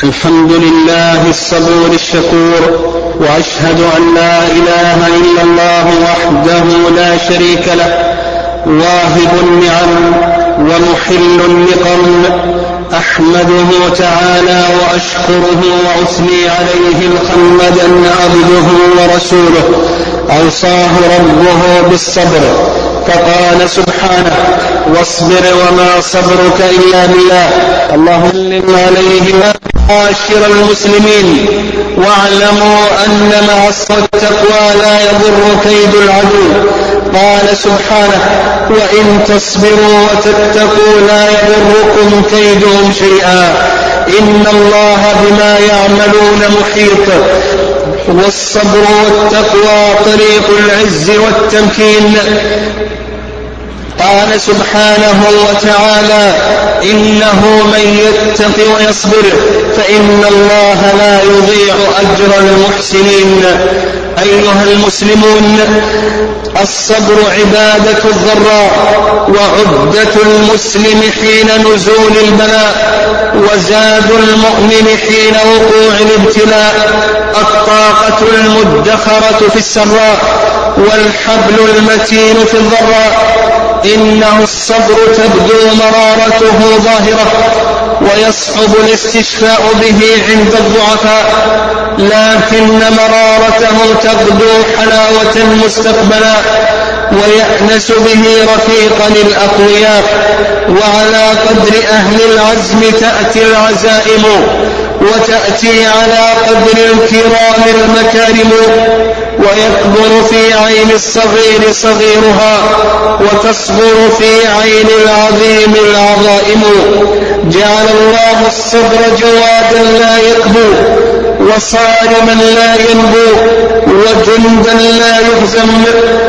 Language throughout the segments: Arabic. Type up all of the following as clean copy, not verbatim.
الحمد لله الصبور الشكور، وأشهد أن لا إله إلا الله وحده لا شريك له، واهب النعم ومحل النقم. أحمده تعالى وأشكره وأثني عليه محمدا عبده ورسوله، أوصاه ربه بالصبر فقال سبحانه: واصبر وما صبرك إلا بالله. اللهم سلم عليه معاشر المسلمين، واعلموا أن مع التقوى لا يضر كيد العدو. قال سبحانه: وإن تصبروا وتتقوا لا يضركم كيدهم شيئا، إن الله بما يعملون محيط. والصبر والتقوى طريق العز والتمكين. قال سبحانه وتعالى: إنه من يتق ويصبر فإن الله لا يضيع أجر المحسنين. أيها المسلمون، الصبر عبادة الضراء وعدة المسلم حين نزول البلاء، وزاد المؤمن حين وقوع الابتلاء. الطاقة المدخرة في السراء والحبل المتين في الضراء. إنه الصبر تبدو مرارته ظاهرة، ويصعب الاستشفاء به عند الضعفاء، لكن مرارته تبدو حلاوة مستقبلا، ويأنس به رفيقا الأقوياء. وعلى قدر أهل العزم تأتي العزائم، وتأتي على قدر الكرام المكارم. ويكبر في عين الصغير صغيرها، وتصبر في عين العظيم العظائم. جعل الله الصبر جوادا لا يكبو، وصارما لا ينبو، وجندا لا يهزم،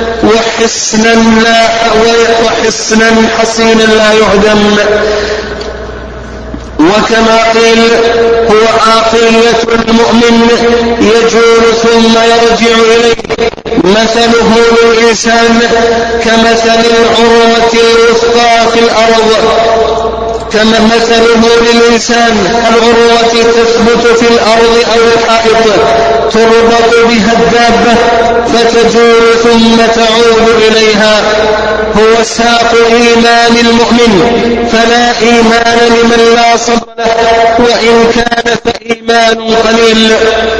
وحصنا حصينا لا يهدم. وكما قيل: هو عقلية المؤمن يجول ثم يرجع إليه. مثله للإنسان كمثل العروة الوثقى في الأرض، كما مثله للإنسان العروة تثبت في الأرض أو الحائط، تربط بها الدابة فتجول ثم تعود إليها. هو ساق إيمان المؤمن، فلا إيمان لمن لا صبر له، وإن كان فإيمان قليل.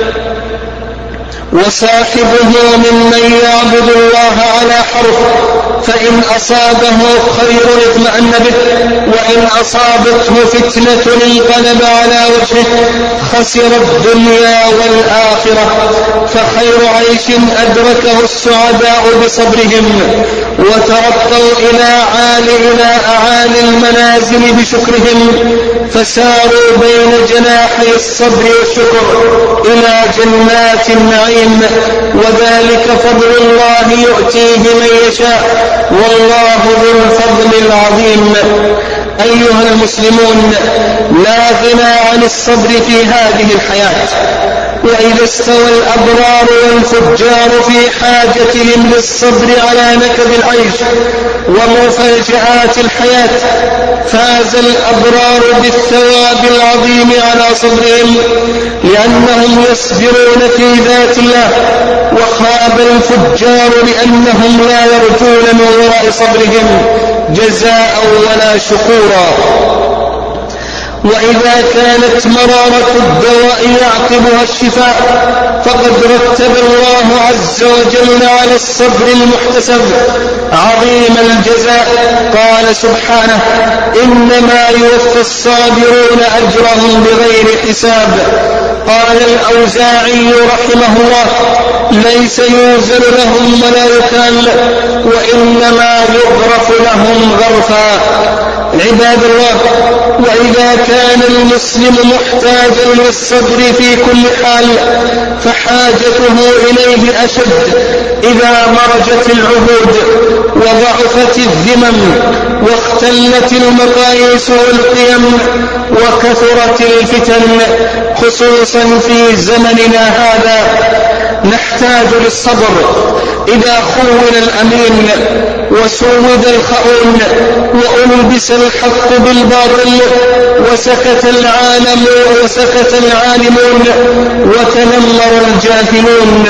وصاحبه ممن يعبد الله على حرف، فإن أصابه خير اطمأن به، وإن أصابته فتنة انقلب على وجهه، خسر الدنيا والآخرة. فخير عيش أدركه السعداء بصبرهم، وترقوا إلى أعالي المنازل بشكرهم، فساروا بين جناحي الصبر والشكر إلى جنات النعيم. وذلك فضل الله يؤتيه من يشاء، والله ذو الفضل العظيم. أيها المسلمون، لا غنى عن الصبر في هذه الحياة. وإذا استوى الأبرار والفجار في حاجتهم للصبر على نكد العيش ومفاجآت الحياة، فاز الأبرار بالثواب العظيم على صبرهم، لأنهم يصبرون في ذات الله. وخاب الفجار لأنهم لا يرجون من وراء صبرهم جزاء ولا شكورا. وإذا كانت مرارة الدواء يعقبها الشفاء، فقد رتب الله عز وجل على الصبر المحتسب عظيم الجزاء. قال سبحانه: إنما يوفى الصابرون أجرهم بغير حساب. قال الأوزاعي رحمه الله: ليس يوزن لهم ولا يكال، وإنما يغرف لهم غرفا. عباد الله، وإذا كان المسلم محتاجا للصبر في كل حال، فحاجته إليه أشد إذا مرجت العهود وضعفت الذمم واختلت المقاييس والقيم وكثرت الفتن، خصوصا في زمننا هذا. نحتاج للصبر إذا خون الأمين وسود الخؤون وألبس الحق بالباطل وسكت العالمون وتنمر الجاهلون.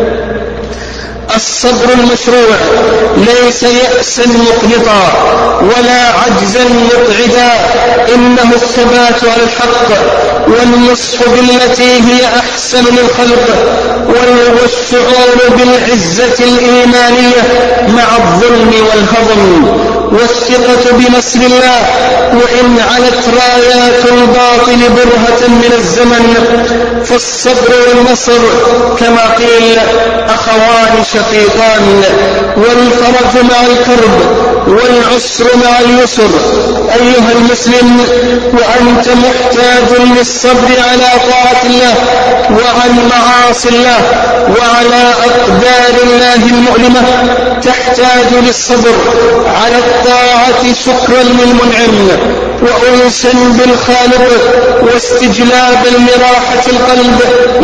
الصبر المشروع ليس يأسا مقنطا ولا عجزا مقعدا، إنه الثبات على الحق والنصح بالتي هي أحسن للخلق والشعور بالعزة الإيمانية مع الظلم والهضم والثقة بنصر الله وإن علت رايات الباطل برهة من الزمن. فالصبر والنصر كما قيل أخوان شقيقان، والفرج مع الكرب والعسر مع اليسر. أيها المسلم، وأنت محتاج للصبر على طاعة الله وعن معاصي الله وعلى أقدار الله المؤلمة. تحتاج للصبر على الطاعة شكرا للمنعم وأنسا بالخالق واستجلابا لراحة القلب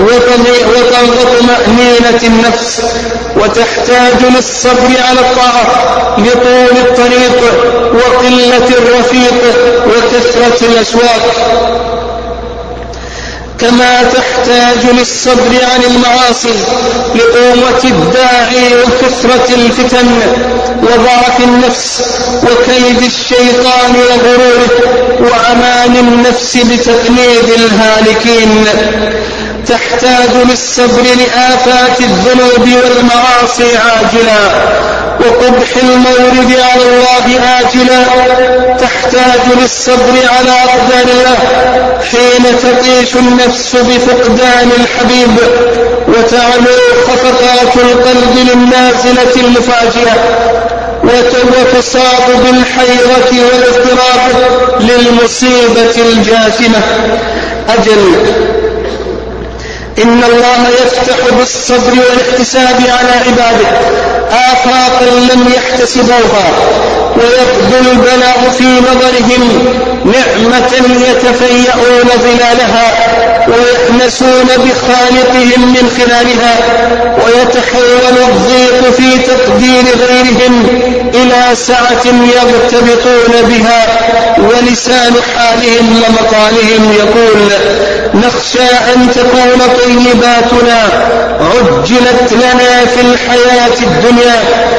وطمأنينة النفس. وتحتاج للصبر على الطاعة لطول الطريق وقلة الرفيق وكثرة الأشواق، كما تحتاج للصبر عن المعاصي لقوة الداعي وكثرة الفتن وضعف النفس وكيد الشيطان وغروره وأمان النفس بتقليد الهالكين. تحتاج للصبر لآفات الذنوب والمعاصي عاجلا وقبح المورد على الله آجلا. تحتاج للصبر على أقدار الله حين تطيش النفس بفقدان الحبيب وتعلو خفقات القلب للنازلة المفاجئة وتصاب بالحيرة والاضطراب للمصيبة الجاثمة. أجل إن الله يفتح بالصبر والاحتساب على عباده آفاقا لم يحتسبوها ويبدو البلاء في نظرهم نعمة يتفيئون ظلالها ويأنسون بخالقهم من خلالها، ويتحول الضيق في تقدير غيرهم إلى سعة يغتبطون بها، ولسان حالهم ومقالهم يقول: نخشى أن تكون طيباتنا عجلت لنا في الحياة الدنيا.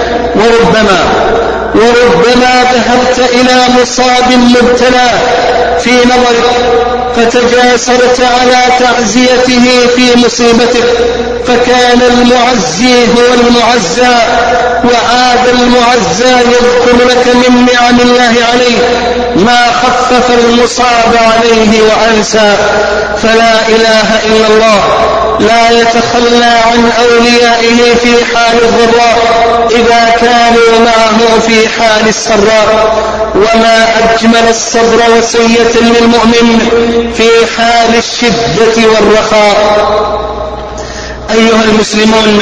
وربما ذهبت إلى مصاب مبتلى في نظرك فتجاسرت على تعزيته في مصيبتك، فكان المعزي هو المعزى وعاد المعزى يذكر لك من نعم الله عليه ما خفف المصاب عليه وأنسى. فلا إله إلا الله لا يتخلى عن أوليائه في حال الضراء إذا كانوا معه في حال السراء، وما أجمل الصبر وصية للمؤمن في حال الشدة والرخاء. أيها المسلمون،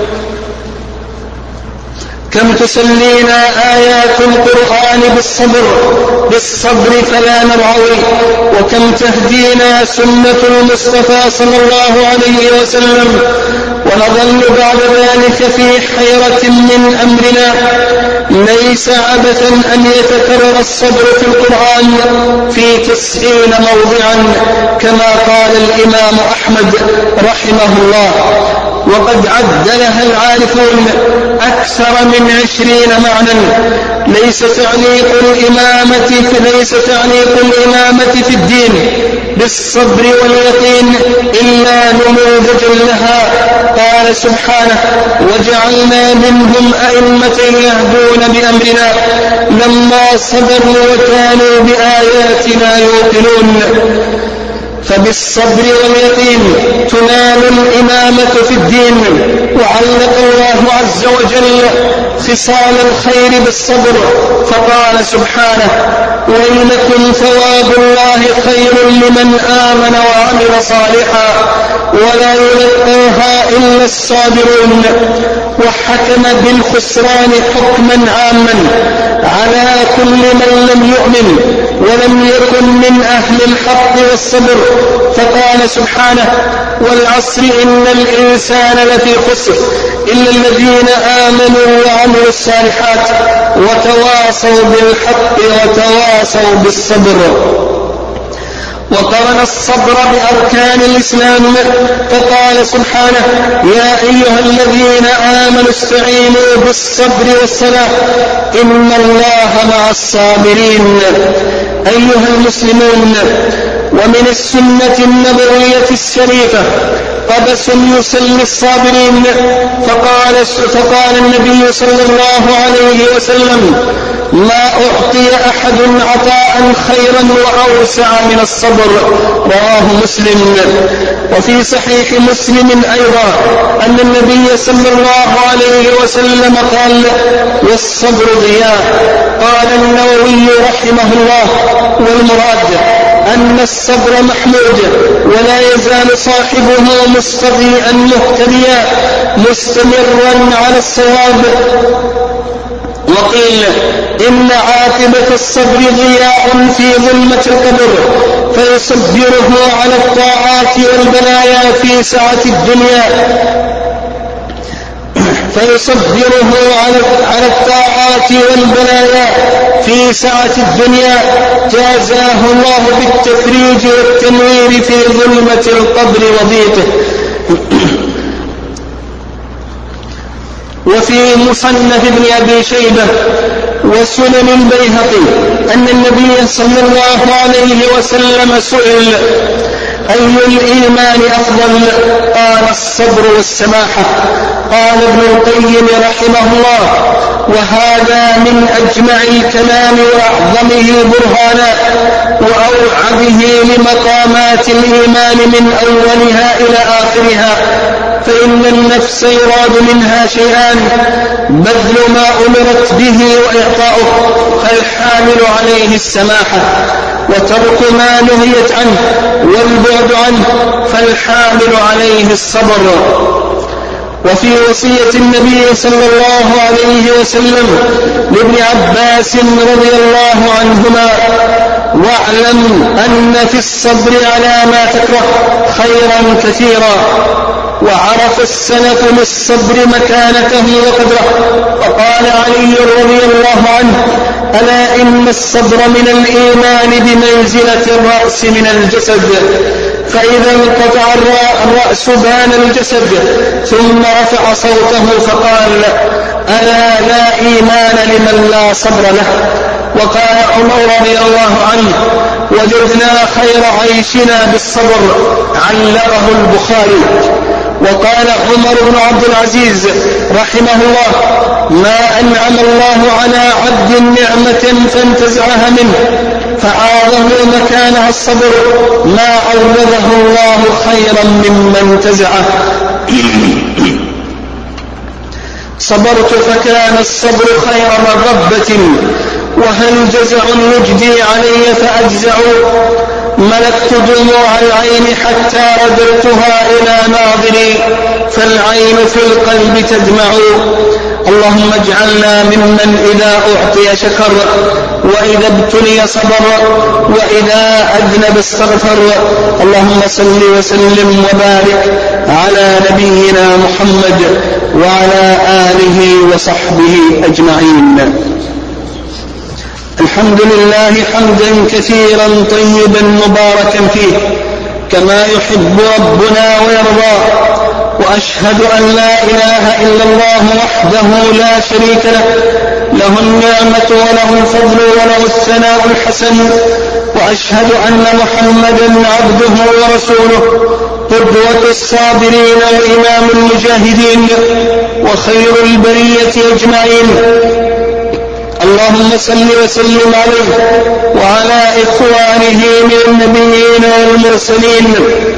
كم تسلينا آيات القرآن بالصبر فلا نرعوي، وكم تهدينا سنة المصطفى صلى الله عليه وسلم، ونظل بعد ذلك في حيرة من أمرنا. ليس عبثا أن يتكرر الصبر في القرآن في 90 موضعا كما قال الإمام أحمد رحمه الله، وقد عد لها العارفون أكثر من 20 معنى. ليس تعليق الإمامة في الدين بالصبر واليقين إلا نموذجا لها. قال سبحانه: وجعلنا منهم أئمة يهدون بأمرنا لما صبروا وكانوا بآياتنا يوقنون. فبالصبر واليقين تنال الإمامة في الدين. وعلق الله عز وجل خصال الخير بالصبر فقال سبحانه: وإنكم ثواب الله خير لمن آمن وعمل صالحا ولا يلقاها إلا الصابرون. وحكم بالخسران حكما عاما على كل من لم يؤمن ولم يكن من أهل الحق والصبر، فقال سبحانه: والعصر إن الإنسان لفي خسر إلا الذين آمنوا وعملوا الصالحات وتواصوا بالحق وتواصوا بالصبر. وقرن الصبر بأركان الإسلام فقال سبحانه: يا أيها الذين آمنوا استعينوا بالصبر والصلاة إن الله مع الصابرين. أيها المسلمون، ومن السنة النبوية الشريفة قبس يسلي الصابرين، فقال النبي صلى الله عليه وسلم: ما أعطي أحد عطاء خيرا وأوسع من الصبر. رواه مسلم. وفي صحيح مسلم أيضا أن النبي صلى الله عليه وسلم قال: والصبر ضياء. قال النووي رحمه الله: والمراد أن الصبر محمود ولا يزال صاحبه مستضيئا مهتديا مستمرا على الصواب. وقيل إن عاقبة الصبر ضياء في ظلمة القبر فيصبره على الطاعات والبلايا في سعة الدنيا على الطاعات والبلايا في سعة الدنيا جازاه الله بالتفريج والتنوير في ظلمة القبر وضيقه. وفي مصنف ابن أبي شيبة وسنن البيهقي أن النبي صلى الله عليه وسلم سئل: أي الإيمان أفضل؟ قال: الصبر والسماحة. قال ابن القيم رحمه الله: وهذا من أجمع الكلام وأعظمه برهانا وأوعده لمقامات الإيمان من أولها إلى آخرها. فإن النفس يراد منها شيئان: بذل ما أمرت به وإعطاؤه فالحامل عليه السماحة، وترك ما نهيت عنه والبعد عنه فالحامل عليه الصبر. وفي وصية النبي صلى الله عليه وسلم لابن عباس رضي الله عنهما: واعلم أن في الصبر على ما تكره خيرا كثيرا. وعرف السلف للصبر مكانته وقدره. وقال علي رضي الله عنه: ألا إن الصبر من الإيمان بمنزلة الرأس من الجسد، فإذا انقطع الرأس بان الجسد. ثم رفع صوته فقال: ألا لا إيمان لمن لا صبر له. وقال عمر رضي الله عنه: وجدنا خير عيشنا بالصبر. علقه البخاري. وقال عمر بن عبد العزيز رحمه الله: ما أنعم الله على عبد نعمة فانتزعها منه فعاضه مكانها الصبر ما عوضه الله خيرا مما انتزعه. صبرت فكان الصبر خير مغبة، وهل جزع يجدي علي فأجزع. ملكت دموع العين حتى رددتها إلى ناظري، فالعين في القلب تدمع. اللهم اجعلنا ممن إذا أعطي شكر، وإذا ابتلي صبر، وإذا أذنب استغفر. اللهم صل وسلم وبارك على نبينا محمد وعلى آله وصحبه أجمعين. الحمد لله حمدا كثيرا طيبا مباركا فيه كما يحب ربنا ويرضى. وأشهد أن لا إله إلا الله وحده لا شريك له، له النعمة وله الفضل وله الثناء الحسن. وأشهد أن محمدا عبده ورسوله، قدوة الصابرين وإمام المجاهدين وخير البرية أجمعين. اللهم صل وسلم عليه وعلى إخوانه من النبيين والمرسلين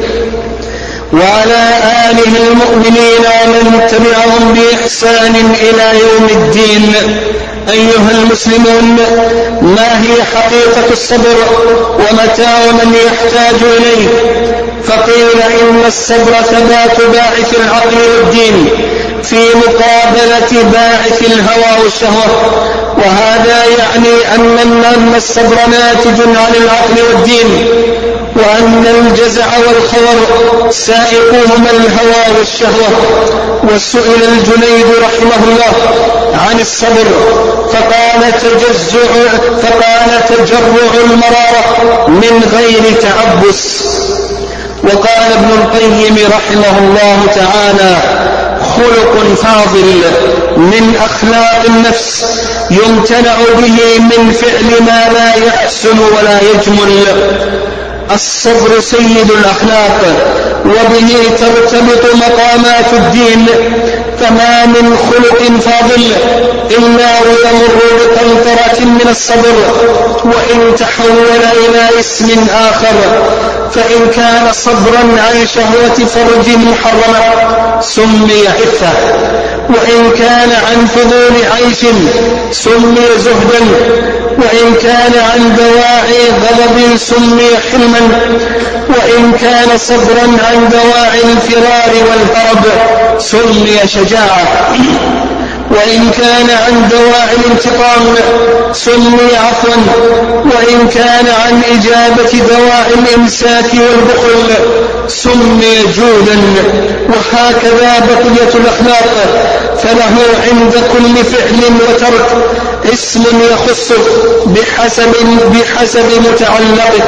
وعلى آله المؤمنين ومن تبعهم بإحسان إلى يوم الدين. أيها المسلمون، ما هي حقيقة الصبر ومتى ومن يحتاج إليه؟ فقيل إن الصبر ثبات باعث العقل والدين في مقابلة باعث الهوى والشهوة. وهذا يعني أن الصبر ناتج عن العقل والدين، وأن الجزع والخور سائقهما الهوى والشهوة. وسئل الجنيد رحمه الله عن الصبر فقال تجرع المرارة من غير تعبس. وقال ابن القيم رحمه الله تعالى: خلق فاضل من أخلاق النفس يمتنع به من فعل ما لا يحسن ولا يجمل. الصبر سيد الأخلاق وبه ترتبط مقامات الدين، فما من خلق فاضل إلا ويمر بقنطرة من الصبر، وإن تحول إلى اسم آخر، فإن كان صبرا عن شهوة فرج محرمة سمي عفة، وإن كان عن فضول عيش سمي زهدا، وإن كان عن دواعي غضب سمي حلما، وإن كان صبرا عن دواعي الفرار والهرب سمي شجاعة، وإن كان عن دواعي الانتقام سمي عفوا، وإن كان عن إجابة دواعي الإمساك والبخل سمي جودا. وهكذا بقية الأخلاق، فله عند كل فعل وترك اسم يخصه بحسب متعلقه،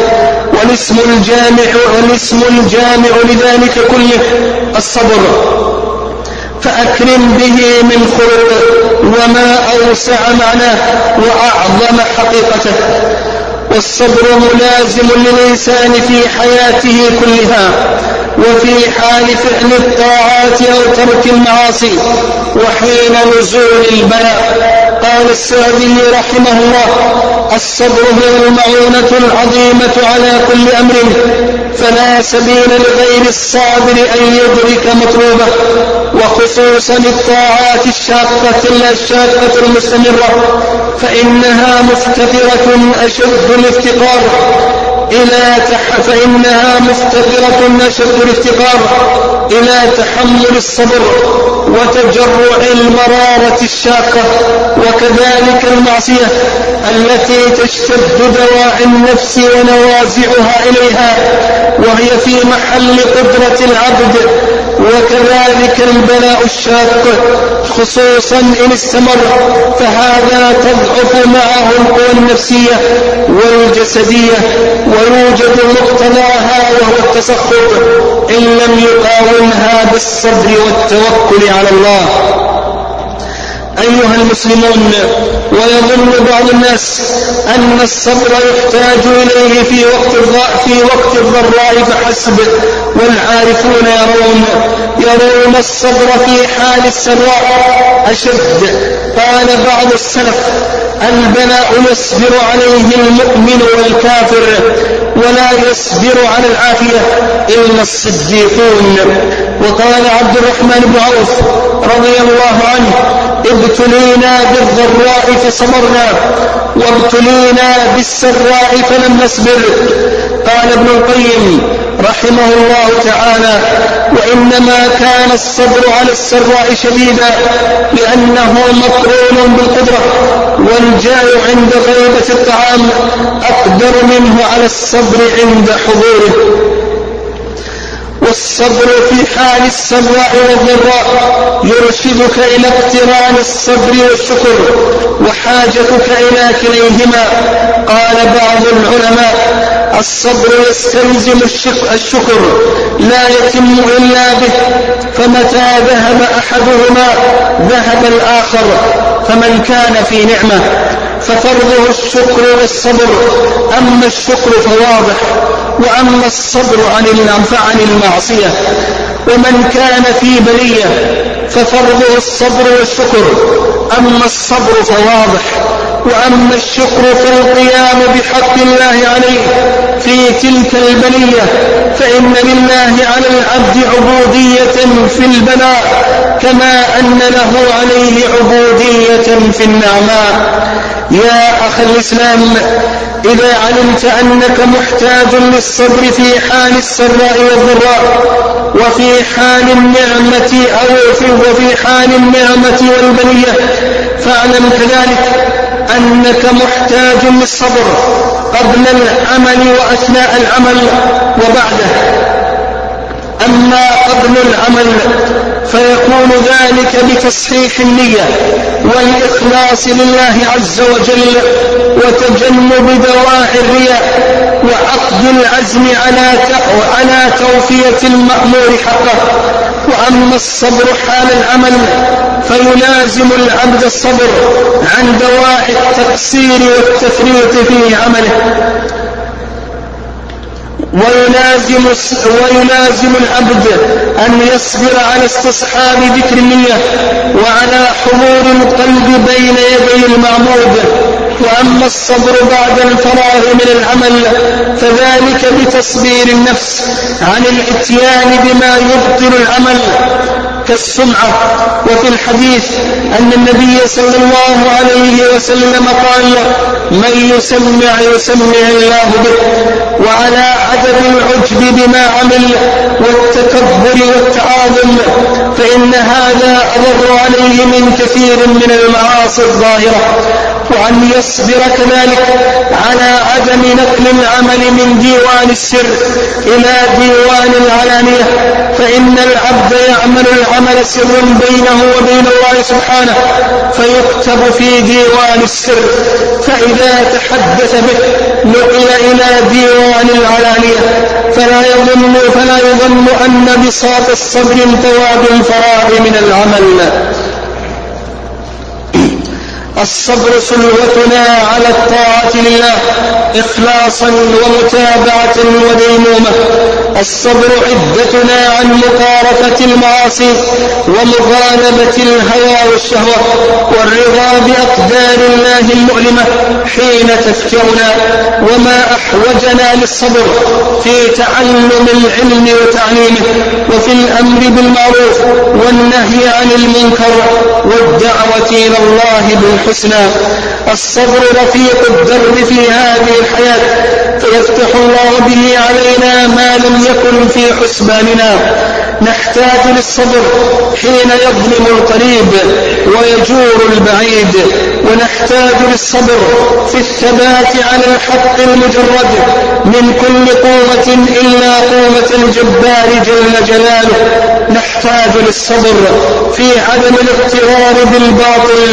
والاسم الجامع لذلك كله الصبر، فأكرم به من خلق وما أوسع معناه وأعظم حقيقته. والصبر ملازم للإنسان في حياته كلها، وفي حال فعل الطاعات أو ترك المعاصي، وحين نزول البلاء. قال السعدي رحمه الله: الصبر هو المعونة العظيمة على كل أمر، فلا سبيل لغير الصابر أن يدرك مطلوبه، وخصوصا الطاعات الشاقة المستمرة، فإنها مفتقرة أشد الافتقار إلى تحمل الصبر وتجرع المرارة الشاقة. وكذلك المعصية التي تشتد دواعي النفس ونوازعها إليها وهي في محل قدرة العبد. وكذلك البلاء الشاق خصوصا إن استمر، فهذا تضعف معه القوى النفسية والجسدية، ويوجد مقتضاها وهو التسخط إن لم يقاومها بالصبر والتوكل على الله. أيها المسلمون، ويظن بعض الناس أن الصبر يحتاج إليه في وقت الضراء فحسب، والعارفون يرون الصبر في حال السراء أشد. قال بعض السلف: البلاء يصبر عليه المؤمن والكافر، ولا يصبر على العافية إلا الصديقون. وقال عبد الرحمن بن عوف رضي الله عنه: ابتلينا بالضراء فصبرنا، وابتلينا بالسراء فلم نصبر. قال ابن القيم رحمه الله تعالى: وإنما كان الصبر على السراء شديدا لأنه مقرون بالقدرة، والجائع عند غيبة الطعام أقدر منه على الصبر عند حضوره. والصبر في حال السراء والضراء يرشدك إلى اقتران الصبر والشكر، وحاجتك إلى كليهما. قال بعض العلماء: الصبر يستلزم الشكر، لا يتم إلا به، فمتى ذهب أحدهما ذهب الآخر. فمن كان في نعمة ففرضه الشكر والصبر، أما الشكر فواضح، وأما الصبر عن المعصية. ومن كان في بلية ففرضه الصبر والشكر، أما الصبر فواضح، وأما الشكر فالقيام بحق الله عليه في تلك البلية. فإن لله على العبد عبودية في البلاء كما أن له عليه عبودية في النعماء. يا أخي الإسلام، إذا علمت أنك محتاج للصبر في حال السراء والضراء، وفي حال النعمة والبلية، فاعلم كذلك أنك محتاج للصبر قبل العمل وأثناء العمل وبعده. أما قبل العمل فيكون ذلك بتصحيح النية والإخلاص لله عز وجل، وتجنب دواعي الرياء، وعقد العزم على توفية المأمور حقه. وأما الصبر حال العمل فيلازم العبد الصبر عن دواعي التقصير والتفريط في عمله، ويلازم العبد أن يصبر على استصحاب ذكر النية وعلى حضور القلب بين يدي المعبود. وأما الصبر بعد الفراغ من العمل فذلك بتصبير النفس عن الاتيان بما يبطل العمل كالسمعة. وفي الحديث أن النبي صلى الله عليه وسلم قال: من يسمع الله به. وعلى عدم العجب بما عمل والتكبر والتعاظم، فإن هذا أضر عليه من كثير من المعاصي الظاهرة. وأن يصبر كذلك على عدم نقل العمل من ديوان السر إلى ديوان العلانية، فإن العبد يعمل العمل سرا بينه وبين الله سبحانه فيكتب في ديوان السر، فإذا تحدث به نقل إلى ديوان العلانية، فلا يظن أن بساط الصبر ثواب الفراغ من العمل. الصبر سلوتنا على الطاعة لله إخلاصا ومتابعة وديمومة. الصبر عدتنا عن مقارفة المعاصي ومغالبة الهوى والشهوة، والرضا بأقدار الله المؤلمة حين تفجرنا. وما أحوجنا للصبر في تعلم العلم وتعليمه، وفي الأمر بالمعروف والنهي عن المنكر والدعوة إلى الله بالحسنى. الصبر رفيق الدرب في هذه الحياة، فيفتح الله به علينا ما لم يكن في حسباننا. نحتاج للصبر حين يظلم القريب ويجور البعيد، ونحتاج للصبر في الثبات على الحق المجرد من كل قوة إلا قوة الجبار جل جلاله. نحتاج للصبر في عدم الاغترار بالباطل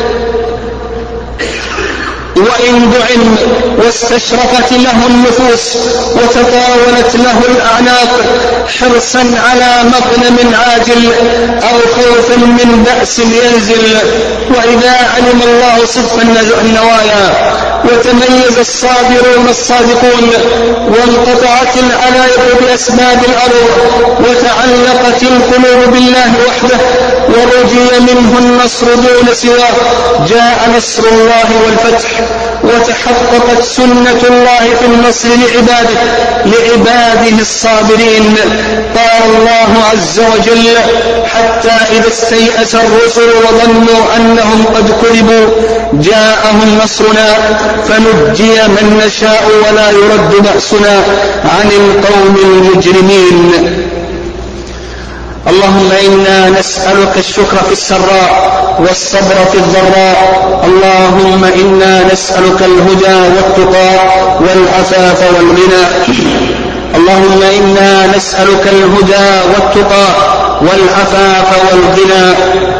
وإن دعم واستشرفت له النفوس وتطاولت له الأعناق حرصا على مغنم عاجل أو خوفا من بأس ينزل. وإذا علم الله صدق النوايا وتميز الصابرون الصادقون وانقطعت العلائق بأسباب الأرض وتعلقت القلوب بالله وحده ورجي منه النصر دون سواه، جاء نصر الله والفتح وتحققت سنة الله في النصر لعباده الصابرين. قال الله عز وجل: حتى إذا استيأس الرسل وظنوا أنهم قد كذبوا جاءهم نصرنا فنجي من نشاء ولا يرد بأسنا عن القوم المجرمين. اللهم إنا نسألك الشكر في السراء والصبر في الضراء. اللهم إنا نسألك الهدى والتقى والعفاف والغنى. اللهم إنا نسألك الهدى والتقى والعفاف والغنى.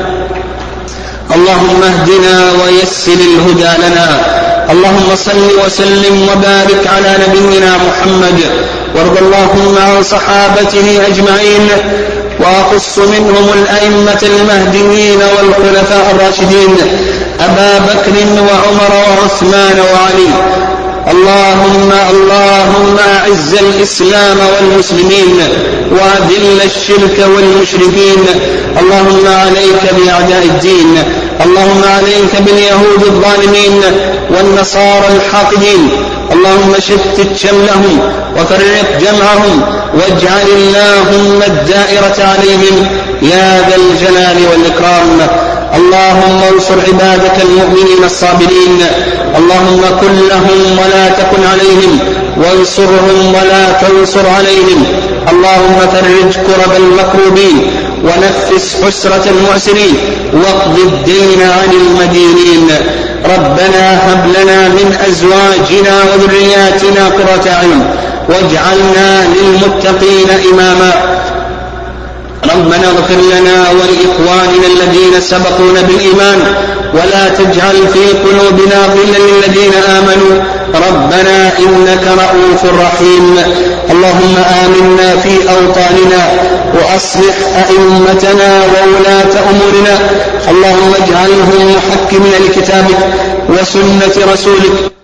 اللهم اهدنا ويسر الهدى لنا. اللهم صل وسلم وبارك على نبينا محمد، وارض اللهم عن صحابته أجمعين، وأخص منهم الأئمة المهديين والخلفاء الراشدين أبا بكر وعمر وعثمان وعلي. اللهم أعز الإسلام والمسلمين وأذل الشرك والمشركين. اللهم عليك بأعداء الدين. اللهم عليك باليهود الظالمين والنصارى الحاقدين. اللهم شتت شملهم وفرق جمعهم واجعل اللهم الدائرة عليهم يا ذا الجلال والإكرام. اللهم انصر عبادك المؤمنين الصابرين. اللهم كن لهم ولا تكن عليهم، وانصرهم ولا تنصر عليهم. اللهم فرج كرب المكروبين ونفس حسرة المعسرين واقض الدين عن المدينين. ربنا هب لنا من أزواجنا وذرياتنا قرة أعين واجعلنا للمتقين إماما. ربنا اغفر لنا ولإخواننا الذين سبقونا بالإيمان ولا تجعل في قلوبنا غلا للذين آمنوا ربنا إنك رؤوف رحيم. اللهم آمنا في أوطاننا وأصلح أئمتنا وولاة أمورنا، اللهم اجعلهم محكمين لكتابك وسنة رسولك.